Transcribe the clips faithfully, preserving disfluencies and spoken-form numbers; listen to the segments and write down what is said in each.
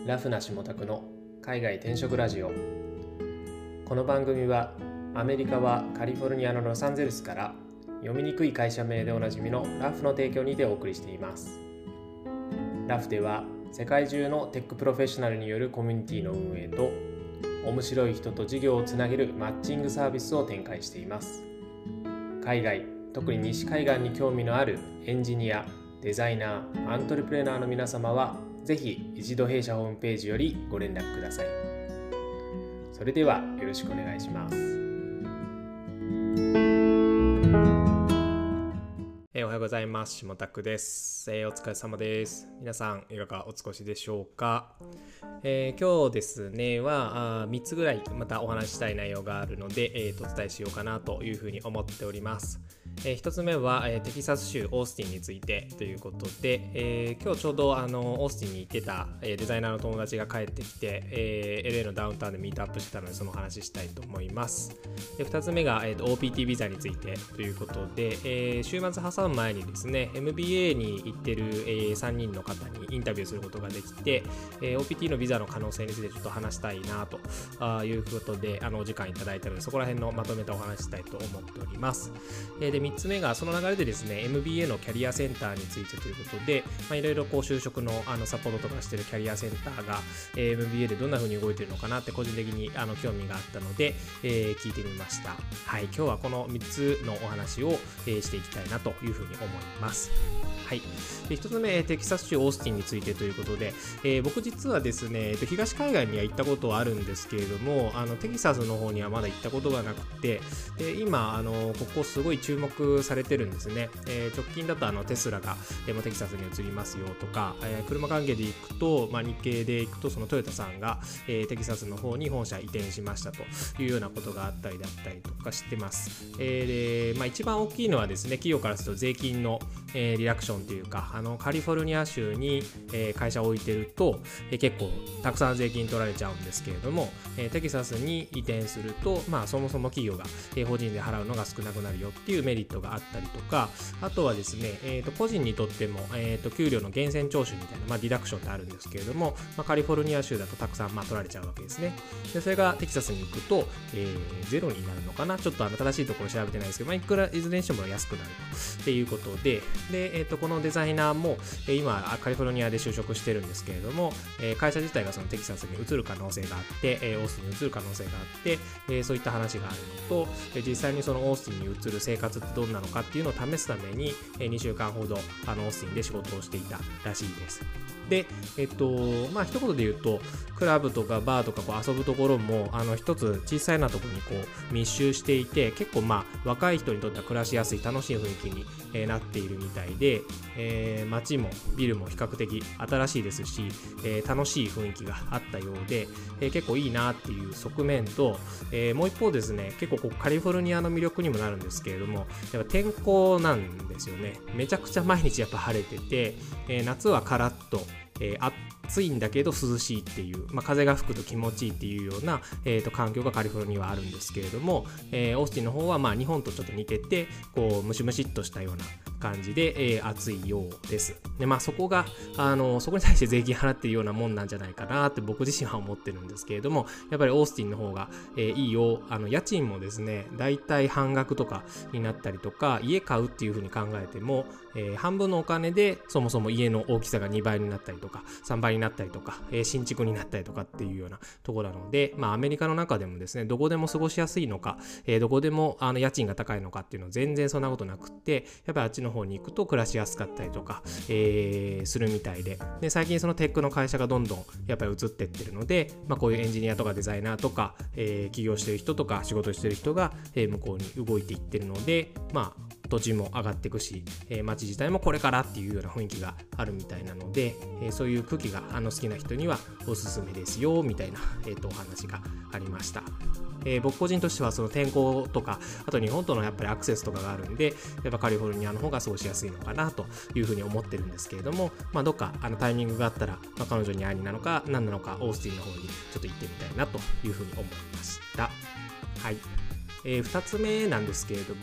ラフな下宅の海外転職ラジオ。この番組はアメリカはカリフォルニアのロサンゼルスから読みにくい会社名でおなじみのラフの提供にてお送りしています。ラフでは世界中のテックプロフェッショナルによるコミュニティの運営と面白い人と事業をつなげるマッチングサービスを展開しています。海外、特に西海岸に興味のあるエンジニア、デザイナー、アントレプレナーの皆様はぜひ一度弊社ホームページよりご連絡ください。それではよろしくお願いします。えー、おはようございます。下拓です、えー、お疲れ様です。皆さんいかがお過ごしでしょうか。えー、今日ですねはあみっつぐらいまたお話ししたい内容があるので、えー、とお伝えしようかなというふうに思っております。えー、ひとつめは、えー、テキサス州オースティンについてということで、えー、今日ちょうどあのオースティンに行ってた、えー、デザイナーの友達が帰ってきて、えー、エルエー のダウンタウンでミートアップしてたのでその話したいと思います。でふたつめが、えー、と オーピーティー ビザについてということで、えー、週末挟む前にですね エムビーエー に行ってる、えー、さんにんの方にインタビューすることができて、えー、オーピーティー のビザの可能性についてちょっと話したいなとあいうことであのお時間いただいたのでそこら辺のまとめたお話したいと思っております。えー、でみっつめがその流れでですね エムビーエー のキャリアセンターについてということで、まあ、いろいろこう就職のあのサポートとかしてるキャリアセンターが、えー、エムビーエー でどんな風に動いてるのかなって個人的にあの興味があったので、えー、聞いてみました。はい、今日はこのみっつのお話を、えー、していきたいなというふうに思います。はい、でひとつめテキサス州オースティンについてということで、えー、僕実はですね東海岸には行ったことはあるんですけれどもあのテキサスの方にはまだ行ったことがなくて、で今あのここすごい注目されてるんですね。えー、直近だとあのテスラが、えー、もうテキサスに移りますよとか、えー、車関係で行くと、まあ、日系で行くとそのトヨタさんが、えー、テキサスの方に本社移転しましたというようなことがあったりだったりとかしてます。えーでまあ、一番大きいのはですね企業からすると税金の、えー、リダクションというかあのカリフォルニア州に、えー、会社を置いてると、えー、結構たくさん税金取られちゃうんですけれども、えー、テキサスに移転すると、まあ、そもそも企業が、えー、法人で払うのが少なくなるよっていうメリットがあったりとか、あとはですね、えー、と個人にとっても、えー、と給料の源泉徴収みたいな、まあ、ディダクションってあるんですけれども、まあ、カリフォルニア州だとたくさん、まあ、取られちゃうわけですね。でそれがテキサスに行くと、えー、ゼロになるのかな、ちょっとあの正しいところ調べてないですけど、まあ、いくらいずれにしても安くなるとっていうことで、で、えー、とこのデザイナーも、えー、今カリフォルニアで就職してるんですけれども、えー、会社自体がそのテキサスに移る可能性があって、えー、オースティンに移る可能性があって、えー、そういった話があるのと、えー、実際にそのオースティンに移る生活ってどんなのかっていうのを試すために、えー、にしゅうかんほどあのオースティンで仕事をしていたらしいです。で、えっとまあ一言で言うとクラブとかバーとかこう遊ぶところもあの一つ小さいなところにこう密集していて、結構まあ若い人にとっては暮らしやすい楽しい雰囲気に、えー、なっているみたいで、えー、街もビルも比較的新しいですし、えー、楽しい雰囲気があったようで、えー、結構いいなっていう側面と、えー、もう一方ですね結構こうカリフォルニアの魅力にもなるんですけれども、やっぱ天候なんですよね。めちゃくちゃ毎日やっぱ晴れてて、えー、夏はカラッとえー、暑いんだけど涼しいっていう、まあ、風が吹くと気持ちいいっていうような、えー、と環境がカリフォルニアはあるんですけれども、えー、オースティンの方はまあ日本とちょっと似ててこうムシムシっとしたような感じで、えー、暑いようです。で、まあ、そこがあのそこに対して税金払ってるようなもんなんじゃないかなって僕自身は思ってるんですけれども、やっぱりオースティンの方が、えー、いいよ。あの家賃もですねだいたい半額とかになったりとか、家買うっていう風に考えても、えー、半分のお金でそもそも家の大きさがにばいになったりとかさんばいになったりとか、えー、新築になったりとかっていうようなところなので、まあ、アメリカの中でもですねどこでも過ごしやすいのか、えー、どこでもあの家賃が高いのかっていうのは全然そんなことなくって、やっぱりあっちの方に行くと暮らしやすかったりとか、えー、するみたいで、で最近そのテックの会社がどんどんやっぱり移ってってるので、まあ、こういうエンジニアとかデザイナーとか、えー、起業してる人とか仕事してる人が、えー、向こうに動いていってるので、まあ土地も上がっていくし、えー、街自体もこれからっていうような雰囲気があるみたいなので、えー、そういう空気があの好きな人にはおすすめですよみたいな、えー、とお話がありました。えー、僕個人としてはその天候とかあと日本とのやっぱりアクセスとかがあるんで、やっぱカリフォルニアの方が過ごしやすいのかなというふうに思ってるんですけれども、まあ、どっかあのタイミングがあったら、まあ、彼女に会いになのか何なのかオースティンの方にちょっと行ってみたいなというふうに思いました。はい、えー、ふたつめなんですけれども、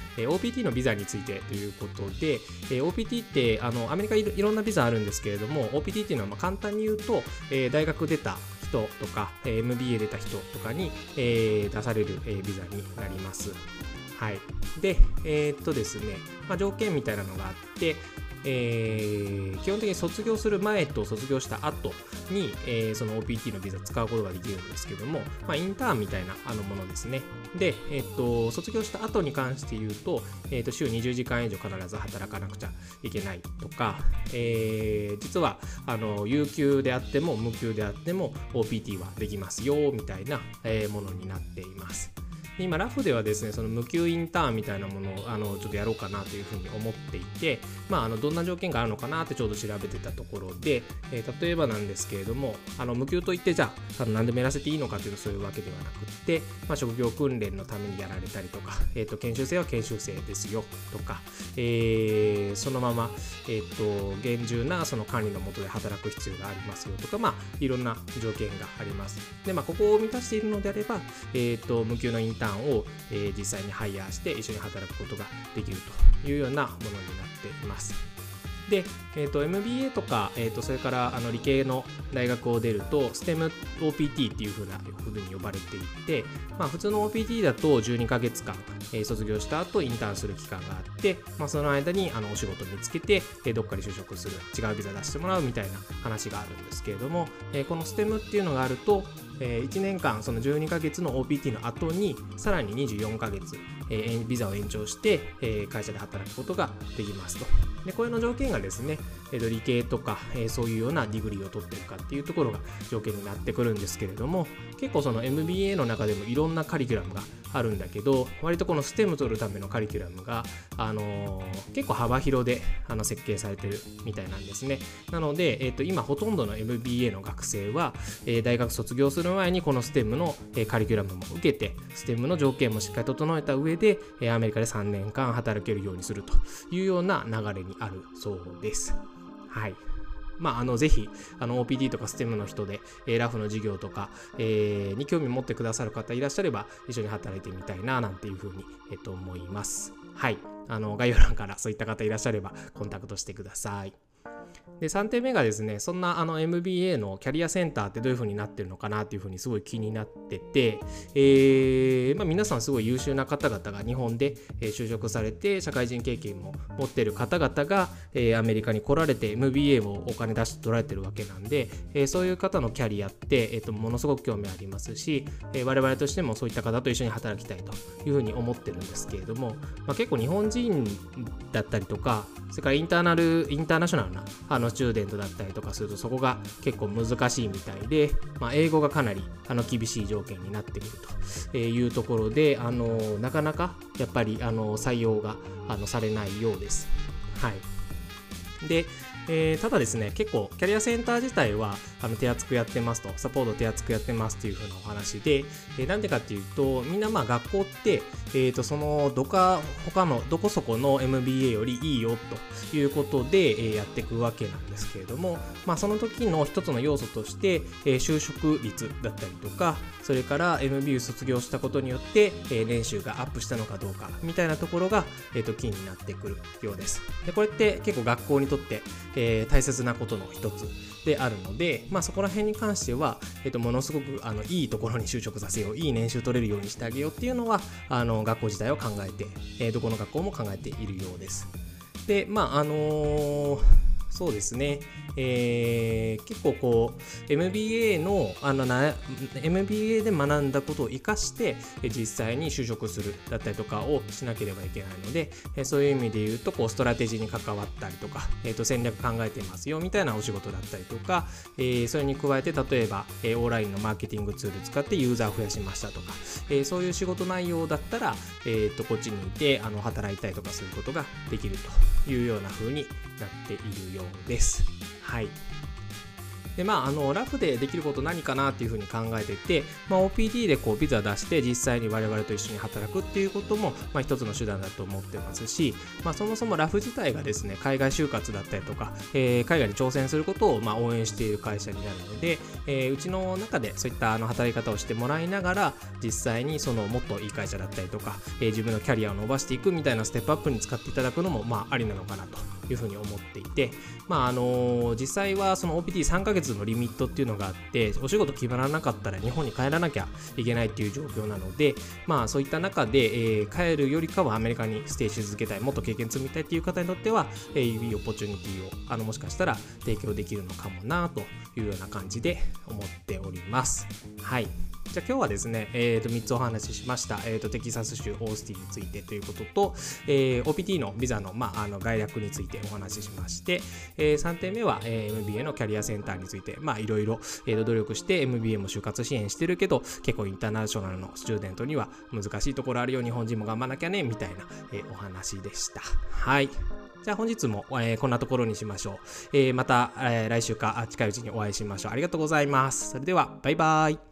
えー、オーピーティー のビザについてということで、えー、オーピーティー ってあのアメリカいろ、いろんなビザあるんですけれども、 オーピーティー っていうのはまあ簡単に言うと、えー、大学出た人とか、えー、エムビーエー 出た人とかに、えー、出される、えー、ビザになります。はい。で、えー、っとですね、まあ、条件みたいなのがあって、えー、基本的に卒業する前と卒業した後に、えー、その オーピーティー のビザ使うことができるんですけども、まあ、インターンみたいなあのものですね。で、えー、っと卒業した後に関して言うと、えー、っと週にじゅうじかん以上必ず働かなくちゃいけないとか、えー、実はあの有給であっても無給であっても オーピーティー はできますよみたいな、えー、ものになっています。今ラフではですね、その無給インターンみたいなものをあのちょっとやろうかなというふうに思っていて、まあ、あのどんな条件があるのかなってちょうど調べてたところで、えー、例えばなんですけれども、あの無給といってじゃあ、あの何でもやらせていいのかというとそういうわけではなくって、まあ、職業訓練のためにやられたりとか、えー、と研修生は研修生ですよとか、えー、そのまま、えー、と厳重なその管理の下で働く必要がありますよとか、まあ、いろんな条件があります。で、まあ、ここを満たしているのであれば、えー、と無給のインターンを、えー、実際にハイヤーして一緒に働くことができるというようなものになっています。で、えー、と エムビーエー とか、えー、とそれからあの理系の大学を出ると ステム オーピーティー っていうふうなふうに呼ばれていて、まあ、普通の オーピーティー だとじゅうにかげつかん、えー、卒業した後インターンする期間があって、まあ、その間にあのお仕事見つけて、えー、どっかで就職する、違うビザ出してもらうみたいな話があるんですけれども、えー、この ステム っていうのがあると、えー、いちねんかんそのじゅうにかげつの オーピーティー の後にさらににじゅうよんかげつ、えー、ビザを延長して、えー、会社で働くことができますと。で、これの条件がですね、えー、と理系とか、えー、そういうようなディグリーを取っているかっていうところが条件になってくるんですけれども、結構その エムビーエー の中でもいろんなカリキュラムがあるんだけど、割とこの ステム 取るためのカリキュラムが、あのー、結構幅広であの設計されてるみたいなんですね。なので、えー、と今ほとんどの エムビーエー の学生は、えー、大学卒業する前にこの ステム の、えー、カリキュラムも受けて ステム の条件もしっかり整えた上で、えー、アメリカでさんねんかん働けるようにするというような流れにあるそうです。はい。まあ、あのぜひあの オーピーティー とか ステム の人で、えー、ラフの授業とか、えー、に興味持ってくださる方いらっしゃれば一緒に働いてみたいななんていうふうに、えー、と思います。はい。あの概要欄からそういった方いらっしゃればコンタクトしてください。で、さんてんめがですね、そんなあの エムビーエー のキャリアセンターってどういう風になってるのかなっていう風にすごい気になってて、えーまあ、皆さんすごい優秀な方々が日本で就職されて社会人経験も持ってる方々が、えー、アメリカに来られて エムビーエー をお金出して取られてるわけなんで、えー、そういう方のキャリアって、えー、とものすごく興味ありますし、えー、我々としてもそういった方と一緒に働きたいという風に思ってるんですけれども、まあ、結構日本人だったりとか、それからインターナルインターナショナルなあのスチューデントだったりとかするとそこが結構難しいみたいで、まあ、英語がかなりあの厳しい条件になってくるというところで、あのなかなかやっぱりあの採用があのされないようです。はい。で、えー、ただですね、結構キャリアセンター自体はあの手厚くやってますと、サポート手厚くやってますっていう風なお話で、えー、なんでかっていうと、みんなまあ学校って、えー、とそのどか他のどこそこの エムビーエー よりいいよということで、えー、やっていくわけなんですけれども、まあ、その時の一つの要素として、えー、就職率だったりとか、それから エムビーエー 卒業したことによって、えー、年収がアップしたのかどうかみたいなところが、えー、とキーになってくるようです。で、これって結構学校にとって、えー、大切なことの一つであるので、まあ、そこら辺に関しては、えー、とものすごくあのいいところに就職させよう、いい年収取れるようにしてあげようっていうのはあの学校自体を考えて、えー、どこの学校も考えているようです。で、まああのーそうですね、えー、結構こう エムビーエー の, あのな エムビーエー で学んだことを生かして実際に就職するだったりとかをしなければいけないので、そういう意味で言うとこうストラテジーに関わったりとか、えー、と戦略考えてますよみたいなお仕事だったりとか、えー、それに加えて例えば、えー、オンラインのマーケティングツール使ってユーザーを増やしましたとか、えー、そういう仕事内容だったら、えー、とこっちにいてあの働いたりとかすることができるというような風になっているようです。はい。 で、まあ、あのラフでできること何かなっていうふうに考えてて、まあ、オーピーディー でこうビザ出して実際に我々と一緒に働くっていうことも、まあ、一つの手段だと思ってますし、まあ、そもそもラフ自体がですね、海外就活だったりとか、えー、海外に挑戦することをまあ応援している会社になるので、えー、うちの中でそういったあの働き方をしてもらいながら、実際にそのもっといい会社だったりとか、えー、自分のキャリアを伸ばしていくみたいなステップアップに使っていただくのもまあありなのかなというふうに思っていて、まああのー、実際はその オーピーティーさん ヶ月のリミットっていうのがあって、お仕事決まらなかったら日本に帰らなきゃいけないっていう状況なので、まあそういった中で、えー、帰るよりかはアメリカにステイし続けたい、もっと経験積みたいっていう方にとっては、えー、いいオポチュニティをあのもしかしたら提供できるのかもなというような感じで思っております。はい。じゃあ今日はですね、えー、とみっつお話ししました、えー、とテキサス州オースティンについてということと、えー、オーピーティー のビザの、まあ、あの概略についてお話ししまして、えー、さんてんめは、えー、エムビーエー のキャリアセンターについて、まあいろいろ、えー、努力して エムビーエー も就活支援してるけど、結構インターナショナルのスチューデントには難しいところあるよ、日本人も頑張らなきゃねみたいな、えー、お話でした。はい。じゃあ本日も、えー、こんなところにしましょう。えー、また、えー、来週か近いうちにお会いしましょう。ありがとうございます。それではバイバイ。